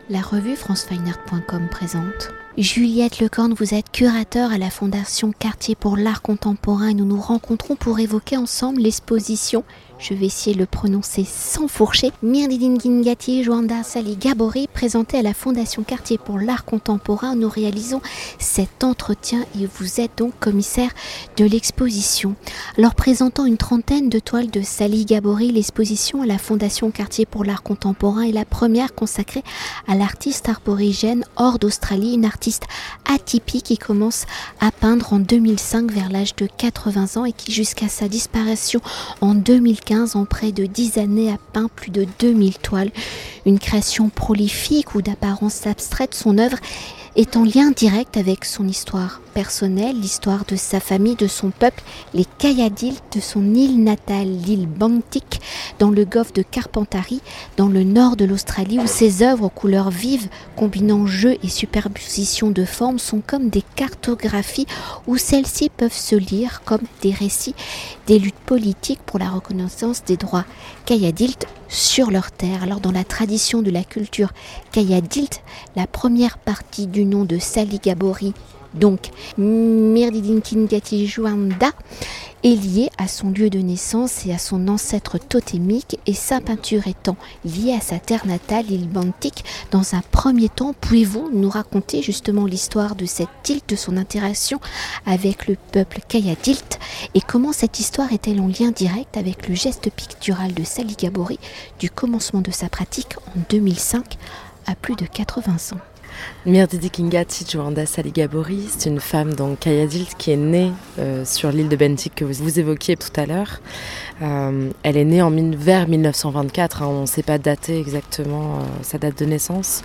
La revue francefineart.com présente. Juliette Lecorne, vous êtes curateur à la Fondation Cartier pour l'art contemporain et nous nous rencontrons pour évoquer ensemble l'exposition, je vais essayer de le prononcer sans fourcher, Mirdidingingati Juanda Sali Gabori, présentée à la Fondation Cartier pour l'art contemporain. Nous réalisons cet entretien et vous êtes donc commissaire de l'exposition. Alors présentant une trentaine de toiles de Sali Gabori, l'exposition à la Fondation Cartier pour l'art contemporain est la première consacrée à l'artiste aborigène hors d'Australie, une artiste atypique qui commence à peindre en 2005 vers l'âge de 80 ans et qui jusqu'à sa disparition en 2015, en près de 10 années, a peint plus de 2000 toiles. Une création prolifique ou d'apparence abstraite, son œuvre est en lien direct avec son histoire personnelle, l'histoire de sa famille, de son peuple, les Kayadilts, de son île natale, l'île Bangtik, dans le golfe de Carpentarie, dans le nord de l'Australie, où ses œuvres aux couleurs vives, combinant jeu et superposition de formes, sont comme des cartographies où celles-ci peuvent se lire comme des récits des luttes politiques pour la reconnaissance des droits Kayadilts sur leur terre. Alors dans la tradition de la culture Kayadilt, la première partie du nom de Sali Gabori, donc Mirdidingingati Juanda, est liée à son lieu de naissance et à son ancêtre totémique, et sa peinture étant liée à sa terre natale, l'île Bangtik. Dans un premier temps, pouvez-vous nous raconter justement l'histoire de cette île, de son interaction avec le peuple Kayadilt, et comment cette histoire est-elle en lien direct avec le geste pictural de Sali Gabori du commencement de sa pratique en 2005 à plus de 80 ans? Mirdidingingati Juanda Sali Gabori, c'est une femme donc Kayadilt qui est née sur l'île de Bangtik que vous évoquiez tout à l'heure. Elle est née vers 1924, on ne sait pas dater exactement sa date de naissance,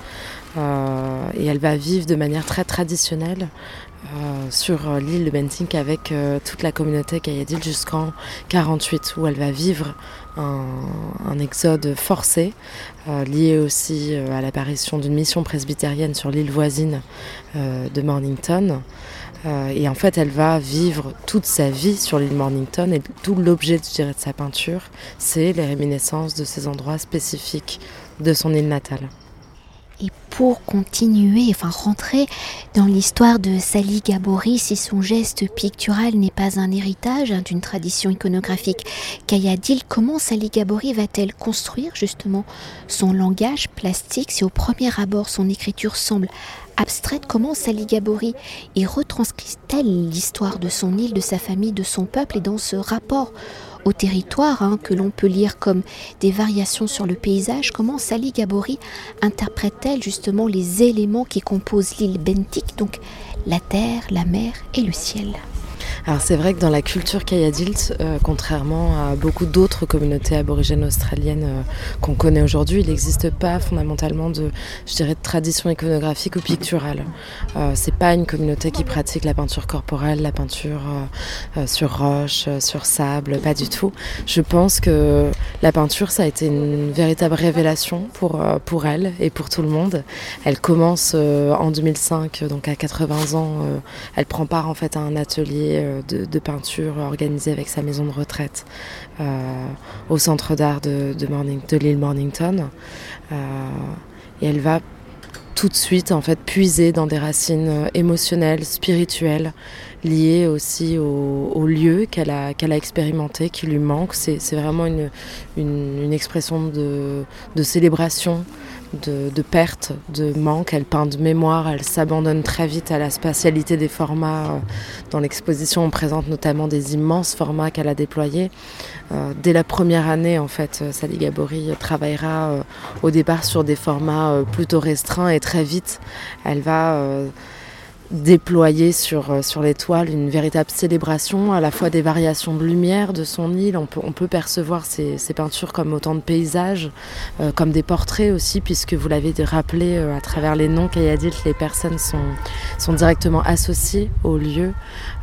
et elle va vivre de manière très traditionnelle sur l'île de Bangtik avec toute la communauté Kayadilt jusqu'en 1948, où elle va vivre un exode forcé, lié aussi à l'apparition d'une mission presbytérienne sur l'île voisine de Mornington. Et en fait, elle va vivre toute sa vie sur l'île Mornington, et tout l'objet, je dirais, de sa peinture, c'est les réminiscences de ces endroits spécifiques de son île natale. Et pour continuer, rentrer dans l'histoire de Sali Gabori, si son geste pictural n'est pas un héritage d'une tradition iconographique Kayadilt, comment Sali Gabori va-t-elle construire justement son langage plastique? Si au premier abord son écriture semble abstraite, comment Sali Gabori y retranscrit-elle l'histoire de son île, de sa famille, de son peuple, et dans ce rapport au territoire, que l'on peut lire comme des variations sur le paysage, comment Sali Gabori interprète-t-elle justement les éléments qui composent l'île Bangtik, donc la terre, la mer et le ciel? Alors c'est vrai que dans la culture Kayadilt, contrairement à beaucoup d'autres communautés aborigènes australiennes qu'on connaît aujourd'hui, il n'existe pas fondamentalement de tradition iconographique ou picturale. C'est pas une communauté qui pratique la peinture corporelle, la peinture sur roche, sur sable, pas du tout. Je pense que la peinture, ça a été une véritable révélation pour elle et pour tout le monde. Elle commence en 2005, donc à 80 ans, elle prend part en fait à un atelier de peinture organisée avec sa maison de retraite au centre d'art de l'île Mornington, et elle va tout de suite en fait puiser dans des racines émotionnelles, spirituelles, liées aussi au lieu qu'elle a expérimenté, qui lui manque. C'est vraiment une expression de célébration, de perte, de manque. Elle peint de mémoire, elle s'abandonne très vite à la spatialité des formats. Dans l'exposition, on présente notamment des immenses formats qu'elle a déployés. Dès la première année, en fait, Sali Gabori travaillera au départ sur des formats plutôt restreints, et très vite, elle va déployer sur les toiles une véritable célébration, à la fois des variations de lumière de son île. On peut percevoir ces peintures comme autant de paysages, comme des portraits aussi, puisque vous l'avez rappelé, à travers les noms Kayadilt, les personnes sont directement associées au lieu.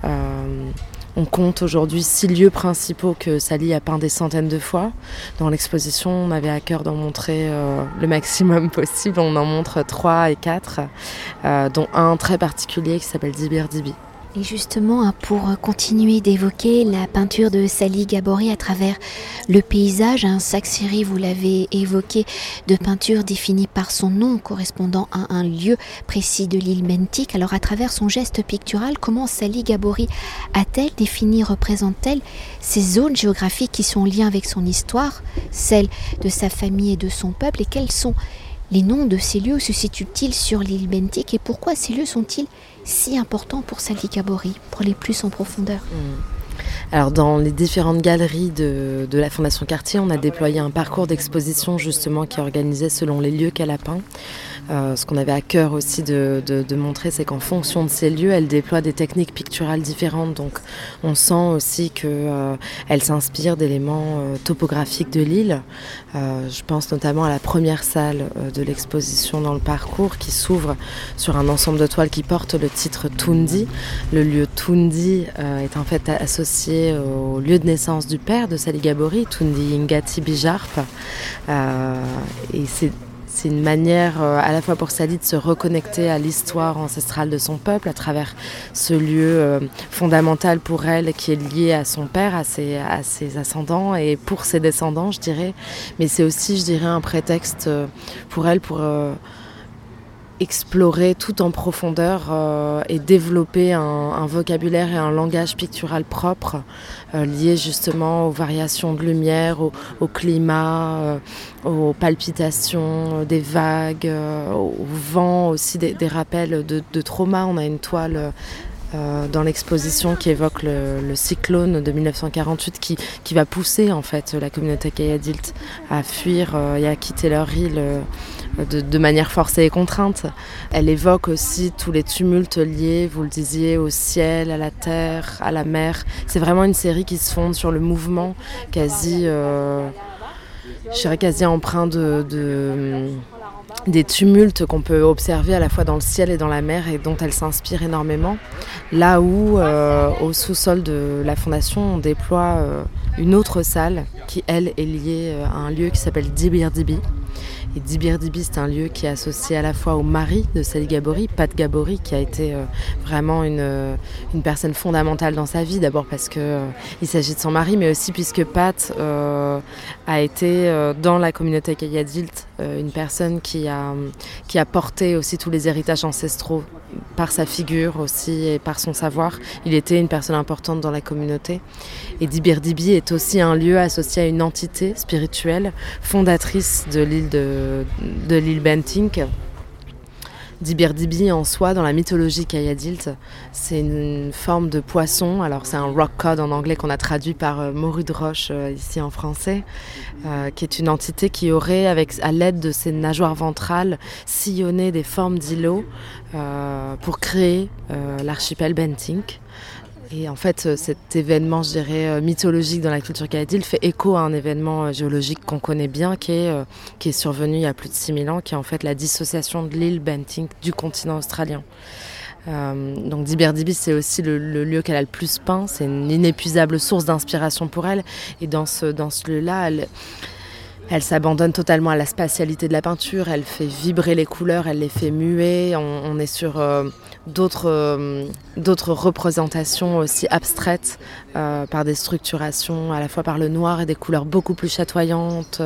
On compte aujourd'hui 6 lieux principaux que Sali a peint des centaines de fois. Dans l'exposition, on avait à cœur d'en montrer le maximum possible. On en montre 3 et 4, dont un très particulier qui s'appelle Dibir Dibi. Et justement, pour continuer d'évoquer la peinture de Sally Gabori à travers le paysage, chaque série, vous l'avez évoqué, de peinture définie par son nom correspondant à un lieu précis de l'île Bentinck. Alors à travers son geste pictural, comment Sally Gabori a-t-elle défini, représente-t-elle ces zones géographiques qui sont en lien avec son histoire, celle de sa famille et de son peuple, et quels sont les noms de ces lieux se situent-ils sur l'île Bentinck et pourquoi ces lieux sont-ils si importants pour Sally Gabori, pour aller plus en profondeur? Alors dans les différentes galeries de la Fondation Cartier, on a déployé un parcours d'exposition justement qui est organisé selon les lieux qu'elle a peints. Ce qu'on avait à cœur aussi de montrer, c'est qu'en fonction de ces lieux, elle déploie des techniques picturales différentes. Donc on sent aussi qu'elle s'inspire d'éléments topographiques de l'île. Je pense notamment à la première salle de l'exposition dans le parcours qui s'ouvre sur un ensemble de toiles qui porte le titre Tundi. Le lieu Tundi est en fait associé au lieu de naissance du père de Sally Gabori, Tundi Ingati Bijarp. Et c'est une manière à la fois pour Sally de se reconnecter à l'histoire ancestrale de son peuple à travers ce lieu fondamental pour elle qui est lié à son père, à ses ascendants et pour ses descendants, je dirais. Mais c'est aussi, je dirais, un prétexte pour elle pour explorer tout en profondeur et développer un vocabulaire et un langage pictural propre lié justement aux variations de lumière, au climat, aux palpitations des vagues, au vent aussi, des rappels de trauma. On a une toile dans l'exposition qui évoque le cyclone de 1948 qui va pousser en fait la communauté Kayadilt à fuir et à quitter leur île de manière forcée et contrainte. Elle évoque aussi tous les tumultes liés, vous le disiez, au ciel, à la terre, à la mer. C'est vraiment une série qui se fonde sur le mouvement quasi empreint des tumultes qu'on peut observer à la fois dans le ciel et dans la mer et dont elle s'inspire énormément. Là où, au sous-sol de la Fondation, on déploie une autre salle qui, elle, est liée à un lieu qui s'appelle Dibir Dibi. Et Dibir Dibi, c'est un lieu qui est associé à la fois au mari de Sally Gabori, Pat Gabori, qui a été vraiment une personne fondamentale dans sa vie. D'abord parce qu'il s'agit de son mari, mais aussi puisque Pat a été dans la communauté Kayadilt une personne qui a porté aussi tous les héritages ancestraux par sa figure aussi et par son savoir. Il était une personne importante dans la communauté. Et Dibir Dibi est aussi un lieu associé à une entité spirituelle fondatrice de l'île Bentinck. Dibir Dibi en soi, dans la mythologie Kayadilt, c'est une forme de poisson. Alors c'est un rock cod en anglais qu'on a traduit par morue de roche ici en français, qui est une entité qui aurait, à l'aide de ses nageoires ventrales, sillonné des formes d'îlots pour créer l'archipel Bentinck. Et en fait, cet événement, je dirais, mythologique dans la culture Kayadilt fait écho à un événement géologique qu'on connaît bien, qui est survenu il y a plus de 6000 ans, qui est en fait la dissociation de l'île Bentinck du continent australien. Donc Dibir Dibi, c'est aussi le lieu qu'elle a le plus peint, c'est une inépuisable source d'inspiration pour elle. Et dans ce lieu-là, elle s'abandonne totalement à la spatialité de la peinture, elle fait vibrer les couleurs, elle les fait muer. On est sur d'autres représentations aussi abstraites par des structurations à la fois par le noir et des couleurs beaucoup plus chatoyantes,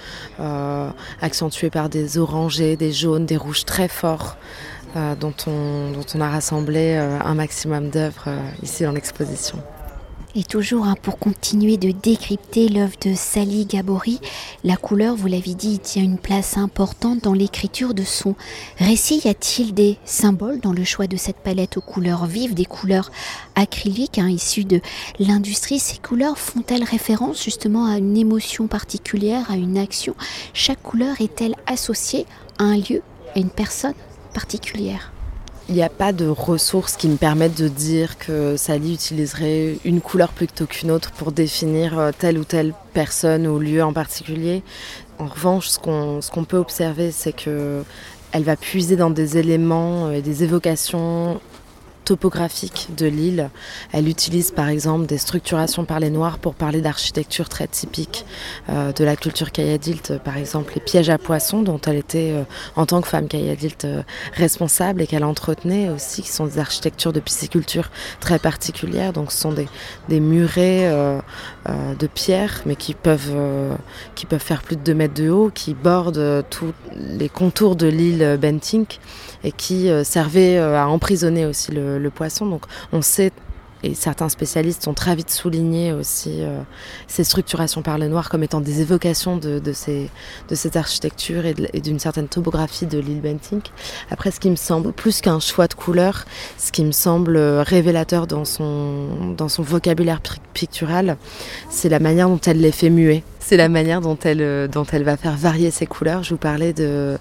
accentuées par des orangés, des jaunes, des rouges très forts. Dont on a rassemblé un maximum d'œuvres ici dans l'exposition. Et toujours pour continuer de décrypter l'œuvre de Sally Gabori, la couleur, vous l'avez dit, tient une place importante dans l'écriture de son récit. Y a-t-il des symboles dans le choix de cette palette aux couleurs vives, des couleurs acryliques issues de l'industrie? Ces couleurs font-elles référence justement à une émotion particulière, à une action? Chaque couleur est-elle associée à un lieu, à une personne particulière? Il n'y a pas de ressources qui me permettent de dire que Sally utiliserait une couleur plutôt qu'une autre pour définir telle ou telle personne ou lieu en particulier. En revanche, ce qu'on peut observer, c'est qu'elle va puiser dans des éléments et des évocations topographique de l'île. Elle utilise par exemple des structurations par les noirs pour parler d'architecture très typique de la culture kayadilt, par exemple les pièges à poissons dont elle était en tant que femme kayadilt responsable et qu'elle entretenait aussi, qui sont des architectures de pisciculture très particulières. Donc ce sont des murets de pierre mais qui peuvent faire plus de 2 mètres de haut, qui bordent tous les contours de l'île Bentinck et qui servaient à emprisonner aussi le poisson. Donc on sait, et certains spécialistes ont très vite souligné aussi ces structurations par le noir comme étant des évocations de cette architecture et d'une certaine topographie de l'île Bentinck. Après, ce qui me semble, plus qu'un choix de couleurs, ce qui me semble révélateur dans son vocabulaire pictural, c'est la manière dont elle les fait muer. C'est la manière dont elle va faire varier ses couleurs. Je vous parlais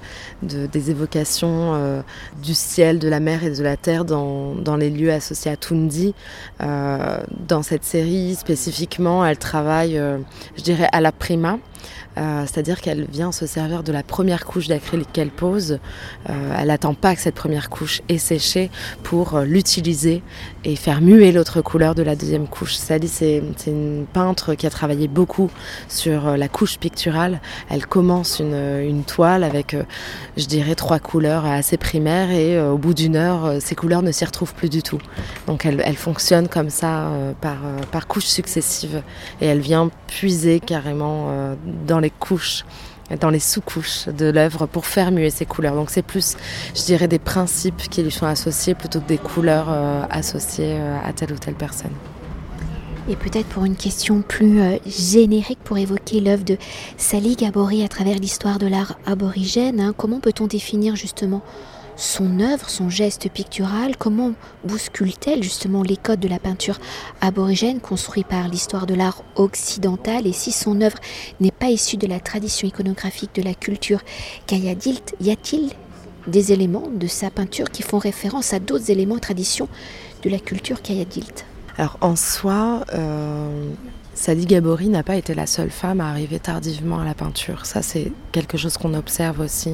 des évocations du ciel, de la mer et de la terre dans les lieux associés à Toundi. Dans cette série, spécifiquement, elle travaille, je dirais, à la prima. C'est-à-dire qu'elle vient se servir de la première couche d'acrylique qu'elle pose. Elle n'attend pas que cette première couche ait séché pour l'utiliser et faire muer l'autre couleur de la deuxième couche. Sally, c'est une peintre qui a travaillé beaucoup sur la couche picturale. Elle commence une toile avec, je dirais, 3 couleurs assez primaires et au bout d'1 heure, ces couleurs ne s'y retrouvent plus du tout. Donc elle fonctionne comme ça par couches successives et elle vient puiser carrément dans les couches, dans les sous-couches de l'œuvre pour faire muer ces couleurs. Donc c'est plus, je dirais, des principes qui lui sont associés plutôt que des couleurs associées à telle ou telle personne. Et peut-être pour une question plus générique, pour évoquer l'œuvre de Sally Gabori à travers l'histoire de l'art aborigène, comment peut-on définir justement son œuvre, son geste pictural? Comment bouscule-t-elle justement les codes de la peinture aborigène construite par l'histoire de l'art occidental? Et si son œuvre n'est pas issue de la tradition iconographique de la culture kayadilt, y a-t-il des éléments de sa peinture qui font référence à d'autres éléments et traditions de la culture kayadilt? Alors en soi, Sally Gabori n'a pas été la seule femme à arriver tardivement à la peinture. Ça, c'est quelque chose qu'on observe aussi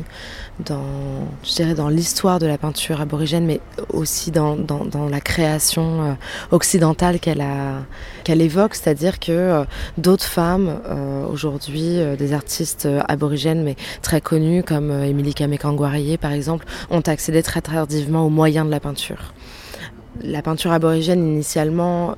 dans l'histoire de la peinture aborigène, mais aussi dans la création occidentale qu'elle évoque. C'est-à-dire que d'autres femmes, aujourd'hui, des artistes aborigènes, mais très connus, comme Émilie Kamekangwariye, par exemple, ont accédé très tardivement aux moyens de la peinture. La peinture aborigène, initialement,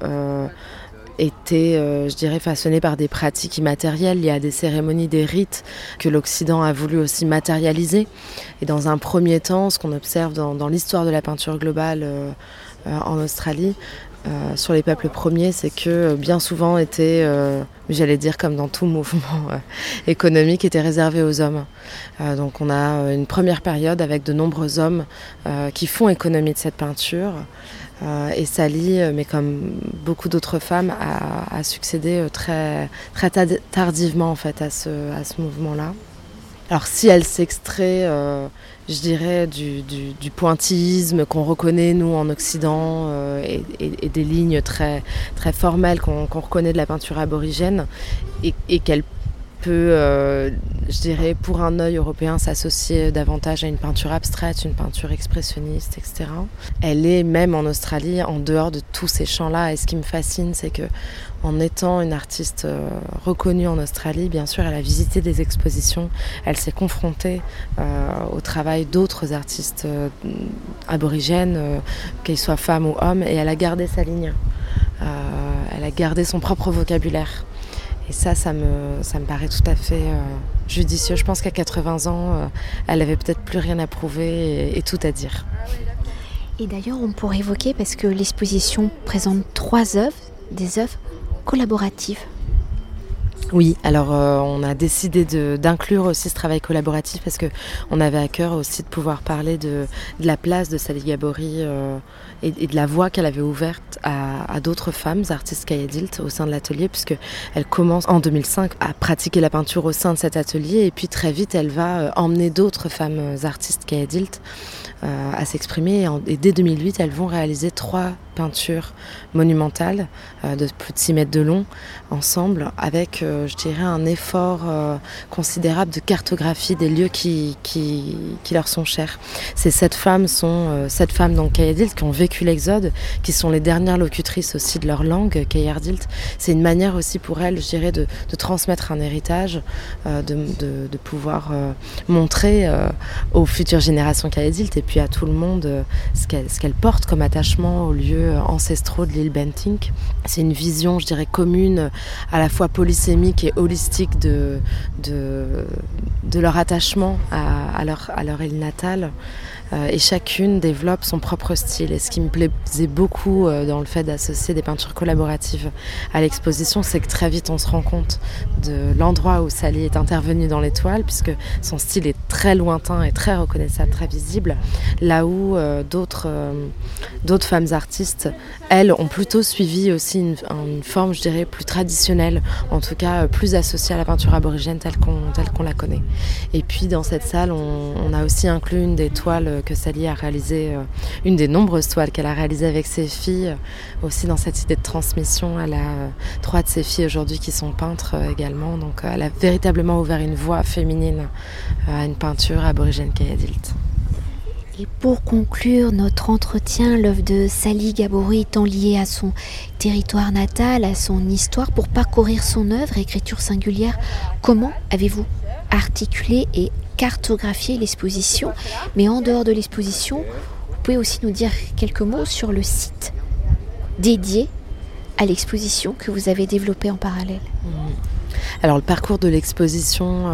était, je dirais, façonnée par des pratiques immatérielles. Il y a des cérémonies, des rites que l'Occident a voulu aussi matérialiser. Et dans un premier temps, ce qu'on observe dans l'histoire de la peinture globale en Australie, sur les peuples premiers, c'est que bien souvent était, j'allais dire comme dans tout mouvement économique, était réservé aux hommes. Donc on a une première période avec de nombreux hommes qui font économie de cette peinture. Et Sally, mais comme beaucoup d'autres femmes, a succédé très, très tardivement en fait, à ce mouvement-là. Alors si elle s'extrait, je dirais, du pointillisme qu'on reconnaît nous en Occident et des lignes très, très formelles qu'on reconnaît de la peinture aborigène et qu'elle peut, je dirais, pour un œil européen, s'associer davantage à une peinture abstraite, une peinture expressionniste, etc. Elle est même en Australie, en dehors de tous ces champs-là. Et ce qui me fascine, c'est que en étant une artiste reconnue en Australie, bien sûr, elle a visité des expositions, elle s'est confrontée au travail d'autres artistes aborigènes, qu'ils soient femmes ou hommes, et elle a gardé sa ligne. Elle a gardé son propre vocabulaire. Et ça me paraît tout à fait judicieux. Je pense qu'à 80 ans, elle avait peut-être plus rien à prouver et tout à dire. Et d'ailleurs, on pourrait évoquer, parce que l'exposition présente 3 œuvres, des œuvres collaboratives. Oui, alors on a décidé d'inclure aussi ce travail collaboratif parce qu'on avait à cœur aussi de pouvoir parler de la place de Sally Gabori et de la voie qu'elle avait ouverte à d'autres femmes artistes kayadilt au sein de l'atelier, puisqu'elle commence en 2005 à pratiquer la peinture au sein de cet atelier et puis très vite elle va emmener d'autres femmes artistes kayadilt à s'exprimer et dès 2008 elles vont réaliser 3 peintures monumentales de plus de 6 mètres de long ensemble, avec, je dirais, un effort considérable de cartographie des lieux qui leur sont chers. Ces 7 femmes sont 7 femmes donc Kayardilt qui ont vécu l'exode, qui sont les dernières locutrices aussi de leur langue, Kayardilt. C'est une manière aussi pour elles, je dirais, de transmettre un héritage, de pouvoir montrer aux futures générations Kayardilt et puis à tout le monde ce qu'elles portent comme attachement aux lieux ancestraux de l'île Bentinck. C'est une vision, je dirais, commune, à la fois polysémique et holistique de leur attachement à leur île natale. Et chacune développe son propre style. Et ce qui me plaisait beaucoup dans le fait d'associer des peintures collaboratives à l'exposition, c'est que très vite on se rend compte de l'endroit où Sally est intervenue dans les toiles, puisque son style est très lointain et très reconnaissable, très visible, là où d'autres femmes artistes, elles, ont plutôt suivi aussi une forme, je dirais, plus traditionnelle, en tout cas plus associée à la peinture aborigène telle qu'on la connaît. Et puis dans cette salle, on a aussi inclus une des toiles que Sally a réalisée, une des nombreuses toiles qu'elle a réalisées avec ses filles, aussi dans cette idée de transmission. Elle a 3 de ses filles aujourd'hui qui sont peintres également, donc elle a véritablement ouvert une voie féminine à une peinture aborigène Kayardilt. Et pour conclure notre entretien, l'œuvre de Sally Gabori étant liée à son territoire natal, à son histoire, pour parcourir son œuvre, écriture singulière, comment avez-vous articulé et cartographié l'exposition? Mais en dehors de l'exposition, vous pouvez aussi nous dire quelques mots sur le site dédié à l'exposition que vous avez développé en parallèle. Alors le parcours de l'exposition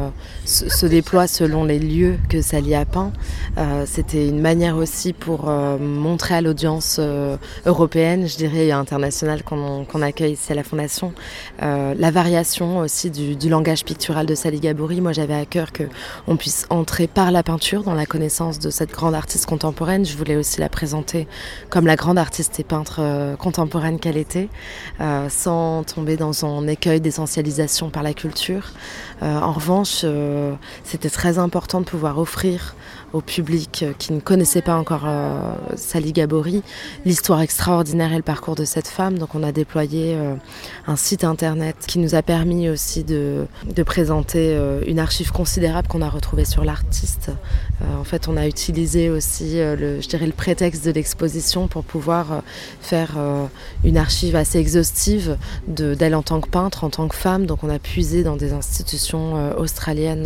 se déploie selon les lieux que Sally a peints. C'était une manière aussi pour montrer à l'audience européenne, je dirais, et internationale qu'on accueille ici à la Fondation, la variation aussi du langage pictural de Sally Gabori. Moi j'avais à cœur qu'on puisse entrer par la peinture dans la connaissance de cette grande artiste contemporaine. Je voulais aussi la présenter comme la grande artiste et peintre contemporaine qu'elle était, sans tomber dans son écueil d'essentialisation par la culture. En revanche, c'était très important de pouvoir offrir au public qui ne connaissait pas encore Sally Gabori l'histoire extraordinaire et le parcours de cette femme. Donc on a déployé un site internet qui nous a permis aussi de présenter une archive considérable qu'on a retrouvée sur l'artiste. En fait, on a utilisé aussi le prétexte de l'exposition pour pouvoir faire une archive assez exhaustive d'elle en tant que peintre, en tant que femme. Donc on a puisé dans des institutions australiennes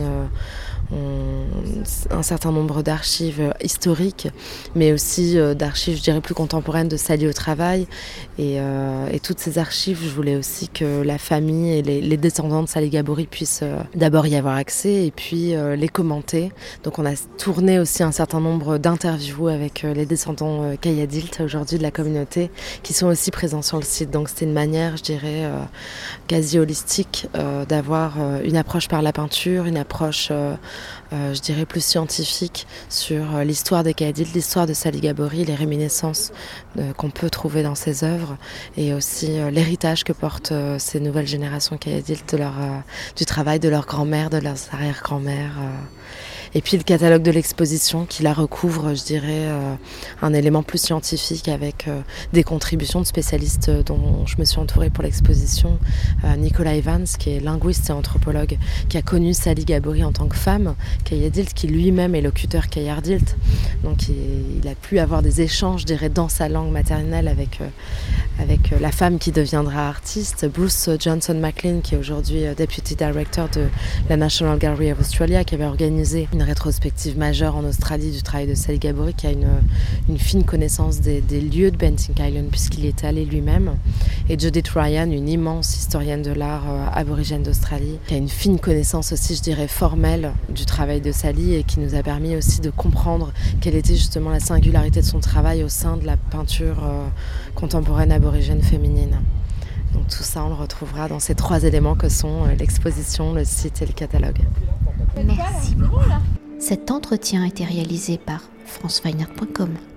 un certain nombre d'archives historiques, mais aussi d'archives, je dirais, plus contemporaines de Sally au travail. Et toutes ces archives, je voulais aussi que la famille et les descendants de Sally Gabori puissent d'abord y avoir accès et puis les commenter. Donc on a tourné aussi un certain nombre d'interviews avec les descendants Kayardilt aujourd'hui de la communauté qui sont aussi présents sur le site. Donc c'était une manière, je dirais, quasi holistique d'avoir une approche par la peinture, une approche je dirais plus scientifique sur l'histoire des Kayardilt, l'histoire de Sally Gabori, les réminiscences qu'on peut trouver dans ses œuvres et aussi l'héritage que portent ces nouvelles générations Kayardilt du travail de leurs grand-mères, de leurs arrière-grand-mères. Et puis le catalogue de l'exposition qui la recouvre, je dirais, un élément plus scientifique avec des contributions de spécialistes dont je me suis entourée pour l'exposition. Nicolas Evans, qui est linguiste et anthropologue, qui a connu Sally Gabori en tant que femme, Kayardilt, qui lui-même est locuteur Kayardilt. Donc il a pu avoir des échanges, je dirais, dans sa langue maternelle avec la femme qui deviendra artiste. Bruce Johnson McLean, qui est aujourd'hui Deputy Director de la National Gallery of Australia, qui avait organisé une rétrospective majeure en Australie du travail de Sally Gabori, qui a une fine connaissance des lieux de Bentinck Island puisqu'il y est allé lui-même. Et Judith Ryan, une immense historienne de l'art aborigène d'Australie, qui a une fine connaissance aussi, je dirais, formelle du travail de Sally et qui nous a permis aussi de comprendre quelle était justement la singularité de son travail au sein de la peinture contemporaine aborigène féminine. Donc tout ça, on le retrouvera dans ces 3 éléments que sont l'exposition, le site et le catalogue. Merci beaucoup. Cet entretien a été réalisé par franceweiner.com.